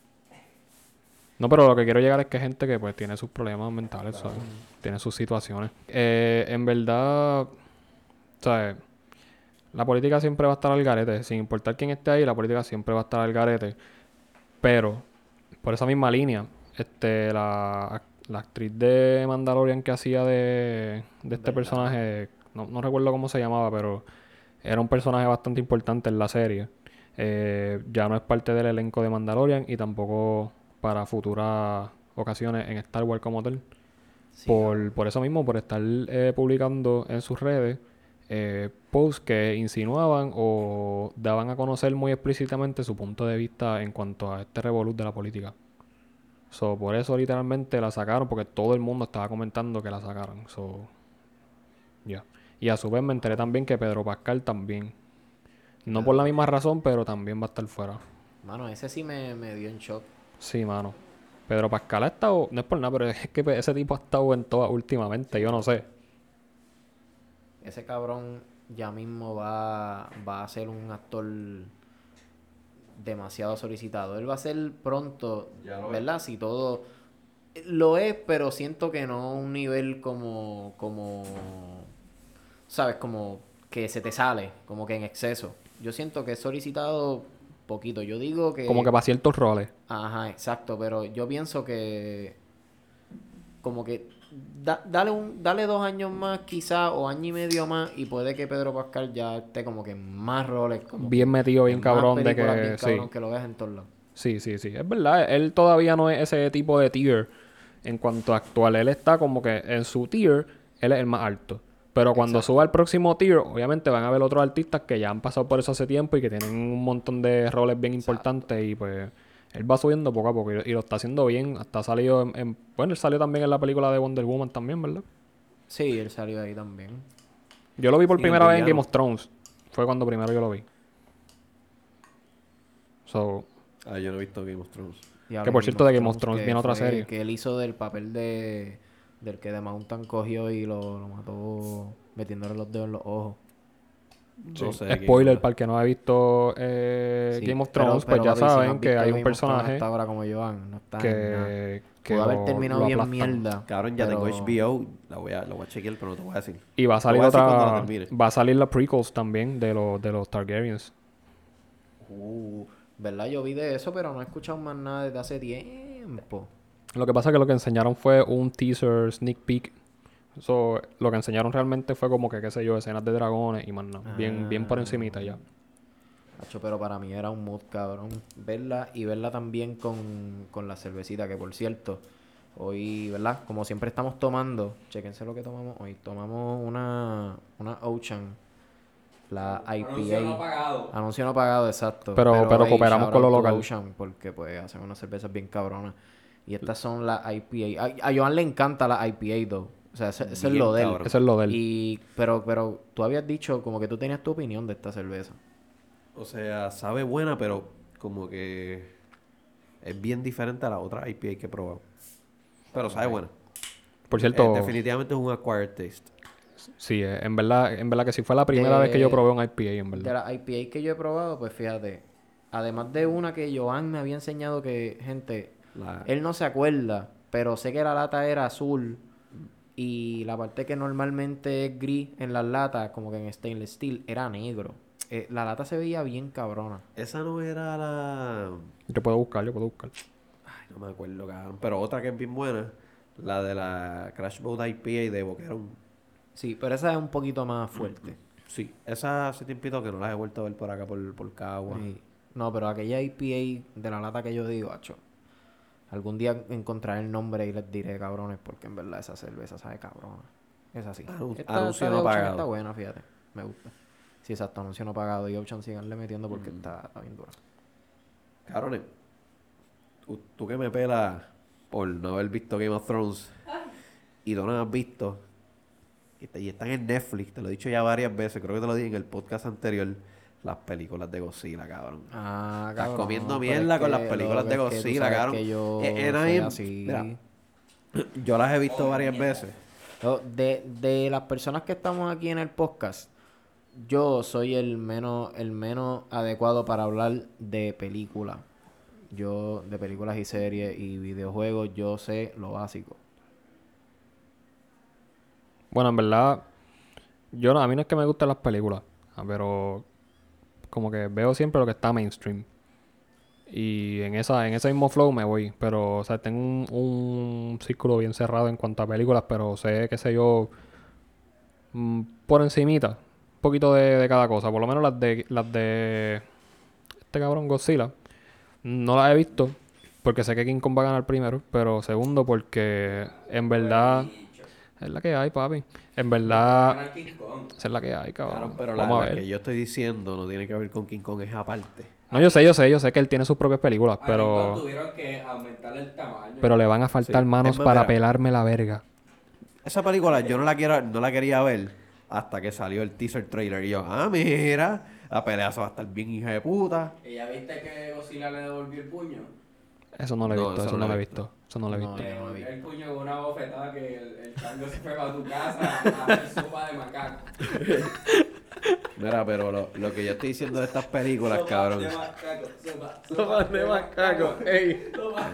No, pero lo que quiero llegar es que hay gente que pues tiene sus problemas mentales, ¿sabes? Tiene sus situaciones. Eh, en verdad, ¿sabes? La política siempre va a estar al garete. Sin importar quién esté ahí, la política siempre va a estar al garete. Pero, por esa misma línea, este, la, la actriz de Mandalorian que hacía de, de este ¿Verdad? personaje, no, no recuerdo cómo se llamaba, pero era un personaje bastante importante en la serie. Eh, ya no es parte del elenco de Mandalorian y tampoco para futuras ocasiones en Star Wars como tal. Sí, por, por eso mismo, por estar eh, publicando en sus redes eh, posts que insinuaban o daban a conocer muy explícitamente su punto de vista en cuanto a este revolú de la política. So, por eso literalmente la sacaron, porque todo el mundo estaba comentando que la sacaron. So, ya. Y a su vez me enteré también que Pedro Pascal también. No por la misma razón, pero también va a estar fuera. Mano, ese sí me, me dio en shock. Sí, mano. Pedro Pascal ha estado, no es por nada, pero es que ese tipo ha estado en todas últimamente, yo no sé. Ese cabrón ya mismo va, va a ser un actor demasiado solicitado. Él va a ser pronto, Ya lo es. ¿verdad? Si todo lo es, pero siento que no a un nivel como, como, ¿sabes? Como que se te sale, como que en exceso. Yo siento que es solicitado poquito. Yo digo que... Como que para ciertos roles. Ajá, exacto, pero yo pienso que como que da- dale un dale dos años más quizá o año y medio más y puede que Pedro Pascal ya esté como que en más roles, como Bien que metido, bien en más cabrón de películas, que... bien Sí, cabrón, que lo veas en todos lados. sí, sí, sí. Es verdad, él todavía no es ese tipo de tier en cuanto a actual. Él está como que en su tier, él es el más alto. Pero cuando Exacto. suba al próximo tier, obviamente van a ver otros artistas que ya han pasado por eso hace tiempo y que tienen un montón de roles bien importantes y pues él va subiendo poco a poco y, y lo está haciendo bien. Hasta ha salido en, en- Bueno, él salió también en la película de Wonder Woman también, ¿verdad? Sí, él salió ahí también. Yo lo vi por Sí, primera el vez en villano. Game of Thrones. Fue cuando primero yo lo vi. So, Ah, yo no he visto Game of Thrones. Y Que habla por de cierto, de Game of Thrones que viene otra fue- serie. que él hizo del papel de del que The Mountain cogió y lo, lo mató metiéndole los dedos en los ojos. No sé. de quién spoiler habla. para el que no ha visto eh, Sí, Game of pero- Thrones, pero, pues ya papi, si no saben has que visto hay un Game of Thrones personaje hasta ahora como Joan, no está en nada. que, que Pudo haber lo- terminado lo bien aplastan. mierda. Cabrón, ya pero- tengo H B O. La voy a, la voy a chequear, pero no te voy a decir. Y va a Lo salir voy a decir cuando la otra. termine. Va a salir la prequels también de los de los Targaryens. Uh, ¿verdad? Yo vi de eso, pero no he escuchado más nada desde hace tiempo. Lo que pasa es que lo que enseñaron fue un teaser, sneak peek. So, lo que enseñaron realmente fue como que, qué sé yo, escenas de dragones y más nada. Bien, bien por encimita ya. Hacho, pero para mí era un mood, cabrón. Verla y verla también con, con la cervecita, que por cierto, hoy, ¿verdad? Como siempre estamos tomando, chequense lo que tomamos hoy. Tomamos una, una Ocean, la Anuncio no I P A. pagado. Anuncio no pagado, exacto. Pero- pero cooperamos shout con lo out to local. Ocean, porque pues hacen unas cervezas bien cabronas. Y estas son las I P A. A, a Joan le encanta la I P A, though. O sea, ese, ese es Bien lo de él. cabrón. Eso es lo de él. Y, pero, pero tú habías dicho como que tú tenías tu opinión de esta cerveza. O sea, sabe buena, pero como que es bien diferente a la otra I P A que he probado. Pero sabe buena. Por cierto, Eh, definitivamente es un acquired taste. sí, eh, en verdad, en verdad que sí fue la primera vez que yo De- probé un I P A, en De verdad. las I P A que yo he probado, pues fíjate. Además de una que Joan me había enseñado que, gente, La, él no se acuerda, pero sé que la lata era azul. Y la parte que normalmente es gris en las latas, como que en stainless steel, era negro. Eh, la lata se veía bien cabrona. esa no era la... Yo puedo buscar, yo puedo buscar. Ay, no me acuerdo, cabrón. Pero otra que es bien buena, la de la Crash Boat I P A de Boquerón. Sí, pero esa es un poquito más fuerte. Sí, esa hace tiempito que no la he vuelto a ver por acá, por, por Cagua. Sí. No, pero aquella I P A de la lata que yo digo, acho. Algún día encontraré el nombre y les diré, cabrones, porque en verdad esa cerveza sabe cabrona. Es así. Anun- Esta, anuncio esta no de Ocean pagado. está buena, fíjate. Me gusta. Sí, exacto, anuncio no pagado. Y Ocean siganle metiendo porque Mm. está, está bien dura. Cabrones, tú, tú que me pelas por no haber visto Game of Thrones y tú no has visto, y, te- y están en Netflix, te lo he dicho ya varias veces, creo que te lo dije en el podcast anterior, las películas de Godzilla, cabrón. Ah, Estás cabrón. comiendo pero es mierda con que, las películas loco, de es que tú Godzilla, sabes cabrón. que yo Eh, eh, soy nadie- así. mira, yo las he visto varias veces. Yo, De, de las personas que estamos aquí en el podcast, yo soy el menos, el menos adecuado para hablar de películas. Yo, de películas y series y videojuegos, yo sé lo básico. Bueno, en verdad, yo no, a mí no es que me gusten las películas, ah, pero como que veo siempre lo que está mainstream. Y en esa, en ese mismo flow me voy. Pero, o sea, tengo un, un círculo bien cerrado en cuanto a películas, pero sé, qué sé yo, mm, por encimita, un poquito de, de cada cosa. Por lo menos las de las de este cabrón Godzilla. No las he visto porque sé que King Kong va a ganar primero, pero segundo porque en verdad es la que hay, papi. En verdad Ganar King Kong. esa es la que hay, cabrón. Cabrón, pero la, Vamos a la ver. que yo estoy diciendo no tiene que ver con King Kong, es aparte. No, yo sé, yo sé, yo sé que él tiene sus propias películas, A King Kong pero tuvieron que aumentarle el tamaño. pero le van a faltar Sí, manos es más, para mira. pelarme la verga. Esa película yo no la quiero, no la quería ver hasta que salió el teaser trailer. Y yo, ah, mira, la pelea se va a estar bien hija de puta. ¿Y ya viste que Godzilla le devolvió el puño? Eso no lo he No, visto, eso eso no no lo lo he he visto. Eso no lo he No, visto. Le yo no devolvió vi. el puño con una bofetada que el, el chango se fue para tu casa a hacer sopa de macaco. Mira, pero lo, lo que yo estoy diciendo de estas películas, Sopa cabrón. de macaco, sopa, Sopa de macaco, ey. Sopa.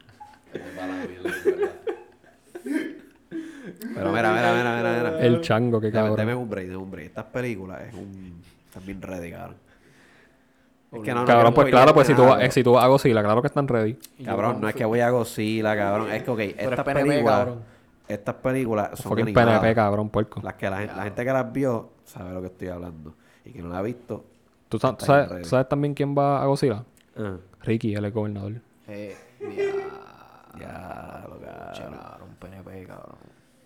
Pero mira, mira, mira, mira, mira. El chango, qué Dame, dame cabrón. un break, dame un break. Estas películas es un... Están bien ready, cabrón. Es que no, no Cabrón, quiero pues claro, pues si tú, spoilearte vas, nada, si tú vas a Godzilla, claro que están ready. pero- Cabrón, no es que voy a Godzilla, cabrón. Es que, ok, Pero es estas P N P, películas... cabrón. Estas películas son Fucking animadas. P N P, cabrón, puerco. Las que la, gen- la gente que las vio sabe lo que estoy hablando. Y que no la ha visto... ¿Tú, sa- está tú sabes, bien ready. tú sabes también quién va a Godzilla? Ah, Ricky, él es gobernador. Eh, ya. ya, lo Che, cabrón. cabrón, P N P, cabrón.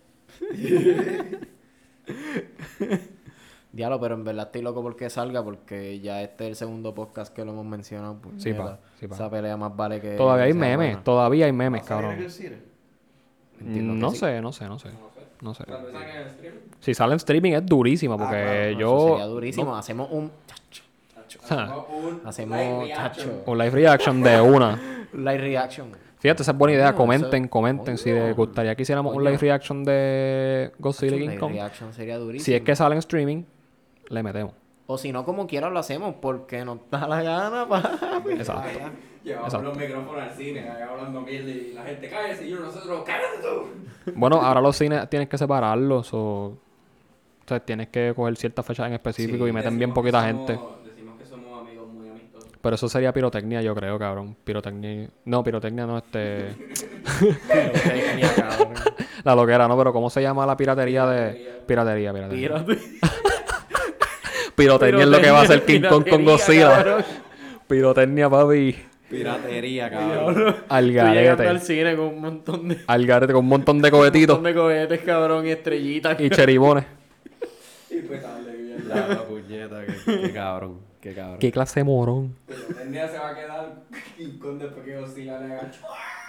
Diablo, pero en verdad estoy loco porque salga, porque ya este es el segundo podcast que lo hemos mencionado. Sí, puñeta. pa, sí, pa. Esa pelea más vale que. Todavía hay sea memes, buena. todavía hay memes, ¿Va a salir en cabrón. el cine? Entiendo que No sí. sé, no sé, no sé. No sé. No sé. Tal vez saquen el stream. Si sale en streaming es durísima porque claro, no, Eso yo... sería durísimo. Hacemos un. Hacemos un Hacemos, live reaction. chacho. Un live reaction de una. Live reaction. Fíjate, esa es buena idea. Coño, Comenten, eso- comenten si coño. les gustaría que hiciéramos un Coño. live reaction de Godzilla y Live King Kong. reaction sería durísimo. Si es que sale en streaming, le metemos. O si no, como quiera lo hacemos, porque nos da la gana, papi. Exacto. Llevamos Exacto. los micrófonos al cine, ahí hablando mierda y la gente cállese y yo nosotros, cállate tú. Bueno, ahora los cines tienes que separarlos o... O sea, tienes que coger ciertas fechas en específico Sí, y meten bien Decimos que poquita somos- gente. Decimos que somos amigos muy amistosos. Pero eso sería pirotecnia, yo creo, cabrón. Pirotecnia... No, pirotecnia no, este... La loquera, no, pero ¿cómo se llama la piratería de...? Piratería, piratería. Pirotecnia es lo que va a hacer King Kong con Godzilla. Pirotecnia, papi. Piratería, cabrón. Al Tú llegando al garete. cine con un montón de, Al garete con un montón de un montón cohetitos de cohetes, cabrón, y estrellitas. y cheribones. Y pues dale, bien. Ya, la puñeta, qué, qué cabrón, qué cabrón. Qué clase de morón. Pero el día se va a quedar King Kong después que Godzilla le haga.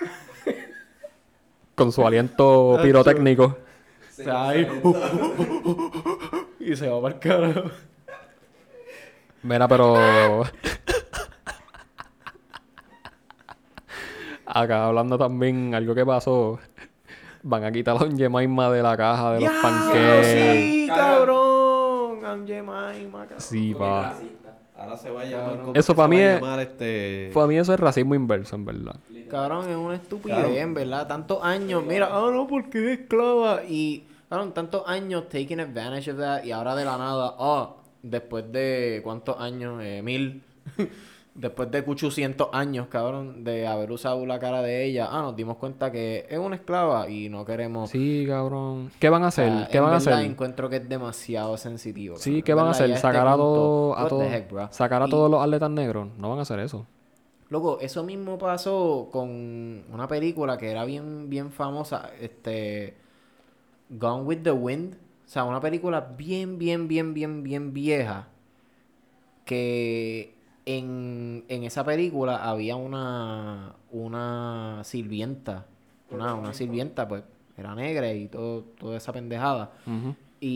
Con su aliento pirotécnico. Se sea, ahí- Y se va para el carajo. Mira, pero... Acá hablando también, algo que pasó. Van a quitar a Don Jemima de la caja de los pancakes. Sí, cabrón. I'm Jemima, cabrón. Sí, pa. Ahora se va a llamar... ¿cómo Eso se para va mí a es- llamar este... Para mí eso es racismo inverso, en verdad. Cabrón, es una estupidez, Claro. en verdad. Tantos años. Mira, ah, no, porque es esclava. Y, cabrón, tantos años taking advantage of that. Y ahora de la nada, ah, después de cuántos años, eh, mil. Después de ochocientos años, cabrón, de haber usado la cara de ella, ah, nos dimos cuenta que es una esclava y no queremos... Sí, cabrón. ¿Qué van a O hacer? sea, ¿Qué en van a verdad hacer? encuentro que es demasiado sensitivo. Sí, cabrón. ¿qué En van a verdad, hacer? ya este ¿Sacar a, punto, todo, a, what the todo- heck, bro. sacar a Y, todos los atletas negros? No van a hacer eso. loco, eso mismo pasó con una película que era bien, bien famosa, este... Gone with the Wind. O sea, una película bien, bien, bien, bien, bien vieja. Que en, en esa película había una, una sirvienta. Una, una sirvienta, pues, era negra y todo, toda esa pendejada. Ujú.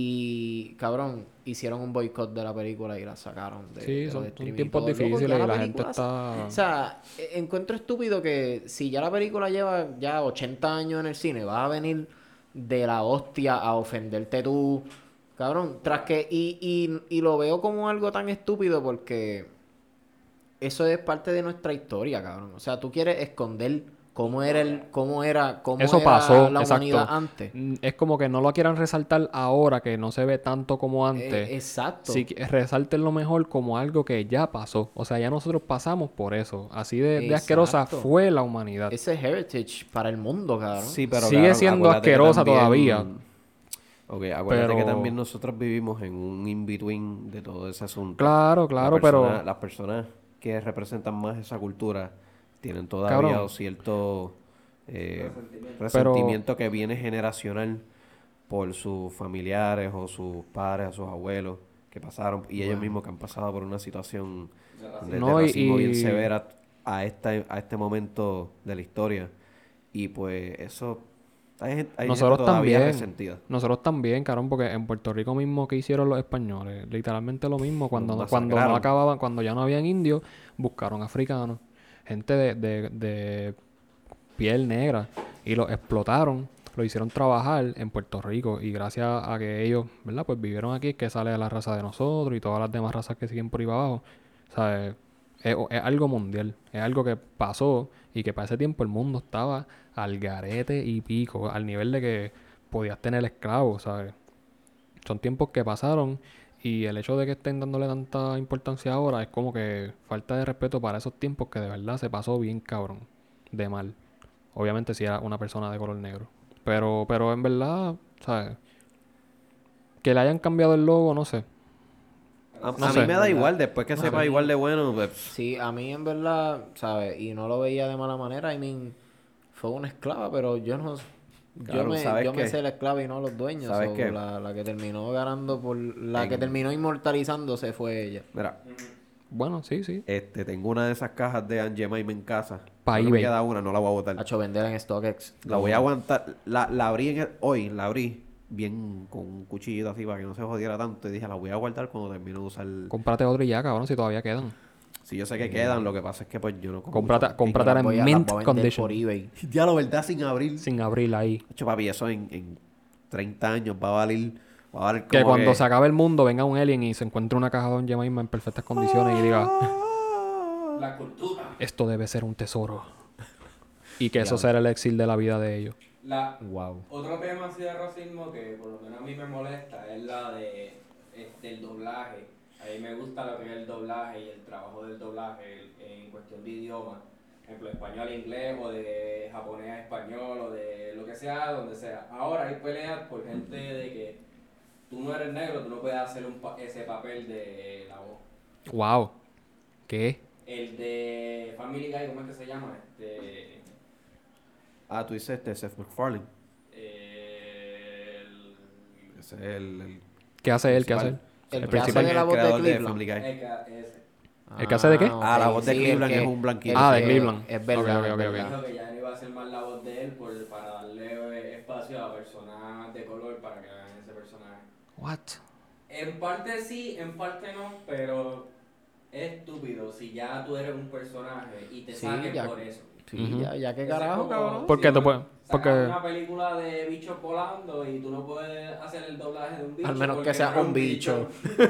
Y, cabrón, hicieron un boicot de la película y la sacaron de, Sí, de los son, son streaming y tiempos todo. Loco, difíciles ya y la la gente película se- está... O sea, e- encuentro estúpido que si ya la película lleva ya ochenta años en el cine, vas a venir de la hostia a ofenderte tú, cabrón. Tras que... Y, y, y lo veo como algo tan estúpido porque eso es parte de nuestra historia, cabrón. O sea, tú quieres esconder cómo era el, cómo era, cómo Eso era pasó, la humanidad exacto. antes. Mm, Es como que no lo quieran resaltar ahora, que no se ve tanto como antes. Eh, exacto. Sí, que resalten lo mejor como algo que ya pasó. O sea, ya nosotros pasamos por eso. Así de, de asquerosa Exacto. fue la humanidad. Ese heritage para el mundo, cabrón. Sí, pero Sigue cabrón, siendo acuérdate que asquerosa también- todavía. Ok, acuérdate que Pero- también nosotros vivimos en un in-between de todo ese asunto. Claro, claro, La persona- pero... Las personas que representan más esa cultura tienen todavía Cabrón. cierto eh, Resentimiento. resentimiento que viene generacional por sus familiares o sus padres, o sus abuelos que pasaron y ellos mismos que han pasado por una situación De racismo. de, de No, y- racismo bien y- severa a este, a este momento de la historia. Y pues eso, hay, gente- hay gente Nosotros todavía también. resentida. Nosotros también, cabrón, porque en Puerto Rico mismo que hicieron los españoles, literalmente lo mismo, cuando, Los cuando no masacraron. acababan, cuando ya no habían indios, buscaron africanos, gente de, de, de piel negra, y los explotaron, lo hicieron trabajar en Puerto Rico, y gracias a que ellos, ¿verdad? Pues vivieron aquí, es que sale la raza de nosotros y todas las demás razas que siguen por ahí para abajo, ¿sabes? Es, es algo mundial, es algo que pasó y que para ese tiempo el mundo estaba al garete y pico, al nivel de que podías tener esclavos, ¿sabes? Son tiempos que pasaron y el hecho de que estén dándole tanta importancia ahora es como que falta de respeto para esos tiempos que de verdad se pasó bien cabrón, de mal. Obviamente si era una persona de color negro. Pero, pero en verdad, ¿sabes? Que le hayan cambiado el logo, no sé. A, No a sé. mí me da igual, después que No sepa sé. igual de bueno, pues, Sí, a mí en verdad, ¿sabes? Y no lo veía de mala manera. I mean, fue una esclava, pero yo no... Yo, Cabrón, me, ¿sabes yo me qué? sé la esclava y no los dueños. ¿Sabes so, qué? La, la que terminó ganando por... La que En- terminó inmortalizándose fue ella. mira, Bueno, sí, sí. este, tengo una de esas cajas de Aunt Jemima en casa. Pa' Creo que me eBay. queda una, no la voy a botar. Hacho, vender en StockX. La voy a aguantar. La, la abrí en el- hoy, la abrí bien con un cuchillito así para que no se jodiera tanto. Y dije, la voy a guardar cuando termine de usar. Cómprate otro y ya, cabrón, si todavía quedan. Si yo sé que quedan, lo que pasa es que pues yo no como Cómprate, mucho. cómprate Las en voy a- las mint voy a vender condition. por eBay. Ya lo verdad sin abrir. Sin abrir ahí. Hecho, papi, eso en, en treinta años va a valer. Va a valer como Que cuando que- se acabe el mundo venga un alien y se encuentre una caja de Don Jemima en perfectas condiciones y diga, La cultura. esto debe ser un tesoro. Y que eso será el exil de la vida de ellos. La, Wow. Otro tema así de racismo que por lo menos a mí me molesta es la de este, el doblaje. A mí me gusta lo que es el doblaje y el trabajo del doblaje en cuestión de idioma. Por ejemplo, español a inglés o de japonés a español o de lo que sea, donde sea. Ahora hay peleas por gente de que tú no eres negro, tú no puedes hacer un pa- ese papel de la voz. Wow. ¿Qué? El de Family Guy, ¿cómo es que se llama? Este... Ah, tú dices este Seth MacFarlane. eh, el- Ese es el. el ¿Qué hace él? ¿Qué hace él? El El que hace principal. de la el voz de creador de Cleveland. Family Guy. el que- ese. ¿El que hace de qué? Ah, la voz de el Cleveland que- es un blanquito. el Ah, de que- Cleveland. Es verdad. Ok, ok, es ok, verdad. Dijo que ya no iba a ser más la voz de él por, para darle eh, espacio a personas de color para que hagan ese personaje. What? En parte sí, en parte no, pero es estúpido si ya tú eres un personaje y te Sí, saquen ya. por eso. Sí, Ujú. ya, ya qué Eso es carajo, como- cabrón. ¿Por qué sí, te puedes- sacan porque- una película de bichos volando y tú no puedes hacer el doblaje de un bicho. Al menos que porque sea no es un bicho.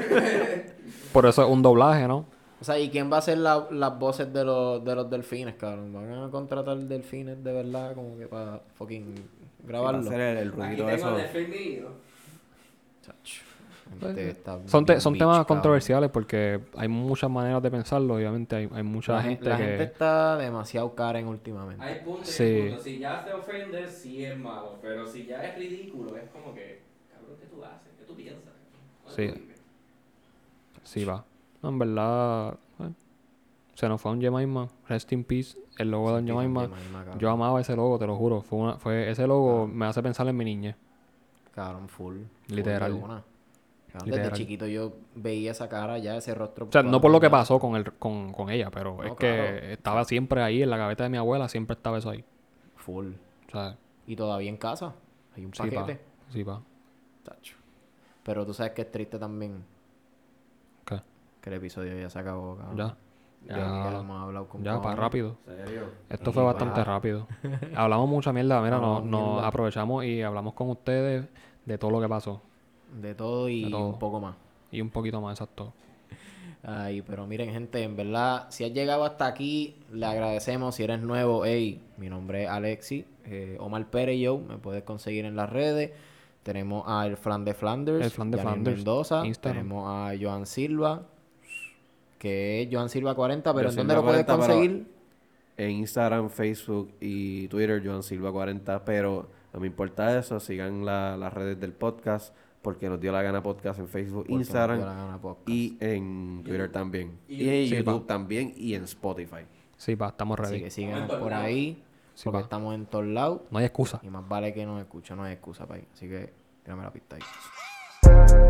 Por eso es un doblaje, ¿no? O sea, ¿y quién va a hacer la- las voces de los, de los delfines, cabrón? ¿Van a contratar delfines de verdad como que para fucking Va a grabarlo? hacer el, el Aquí ruidito tengo eso. el de Film Video. Chacho. gente está Son, te- bien son bitch, temas cabrón. controversiales porque hay muchas maneras de pensarlo. Obviamente hay, hay mucha La, gen- gente la que... gente está demasiado Karen últimamente. Hay puntos Sí. y puntos. Si ya se ofende, sí es malo. Pero si ya es ridículo, es como que, cabrón, ¿qué tú haces? ¿Qué tú piensas? ¿Dónde Sí. tú vives? Sí, va. No, en verdad... eh, se nos fue un Jemima. Rest in peace. El logo de Sí, Don son Jemima. Jemima, cabrón. Yo amaba ese logo, te lo juro. Fue una, fue, ese logo me hace pensar en mi niñez. Cabrón, full. full Literal. de una. Cabrón, Literal. Desde chiquito yo veía esa cara ya, ese rostro. O sea, todas no las por lo que mañanas. pasó con, el, con, con ella, pero No, es claro. que estaba siempre ahí en la gaveta de mi abuela, siempre estaba eso ahí. Full. O sea, Y todavía en casa. Hay un sí, pa. paquete. Sí, pa. Tacho. Pero tú sabes que es triste también ¿Qué? que el episodio ya se acabó, cabrón. Ya. Ya, Ya. ya hemos hablado con Ya, para cojones. rápido. ¿En serio? Esto Y fue pa. bastante rápido. Hablamos mucha mierda, mira, nos, Hablamos nos mierda. aprovechamos y hablamos con ustedes de todo lo que pasó. De todo y De todo. un poco más. Y un poquito más, exacto. Ay, pero miren, gente, en verdad, si has llegado hasta aquí, le agradecemos. Si eres nuevo, hey, mi nombre es Alexi, eh, Omar Pérez, yo, me puedes conseguir en las redes. Tenemos a El Flan de Flanders, El Flan de Yaniel Flanders, Mendoza. Instagram. Tenemos a Joan Silva, que es Joan Silva cuarenta, pero Joan ¿en dónde Silva lo puedes cuarenta, pero- conseguir? En Instagram, Facebook y Twitter, Joan Silva cuarenta. Pero no me importa eso. Sigan la- las redes del podcast. Porque nos dio la gana podcast en Facebook, Porque nos Instagram dio la gana podcast. y en Twitter también. Y- Y en Sí, YouTube pa. también y en Spotify. Sí, pa, estamos Así ready. que síganos Vamos en por todos ahí, Sí, porque pa. estamos en todos lados. No hay excusa. Y más vale que nos escuchen, no hay excusa para ahí. Así que, tírame la pista ahí.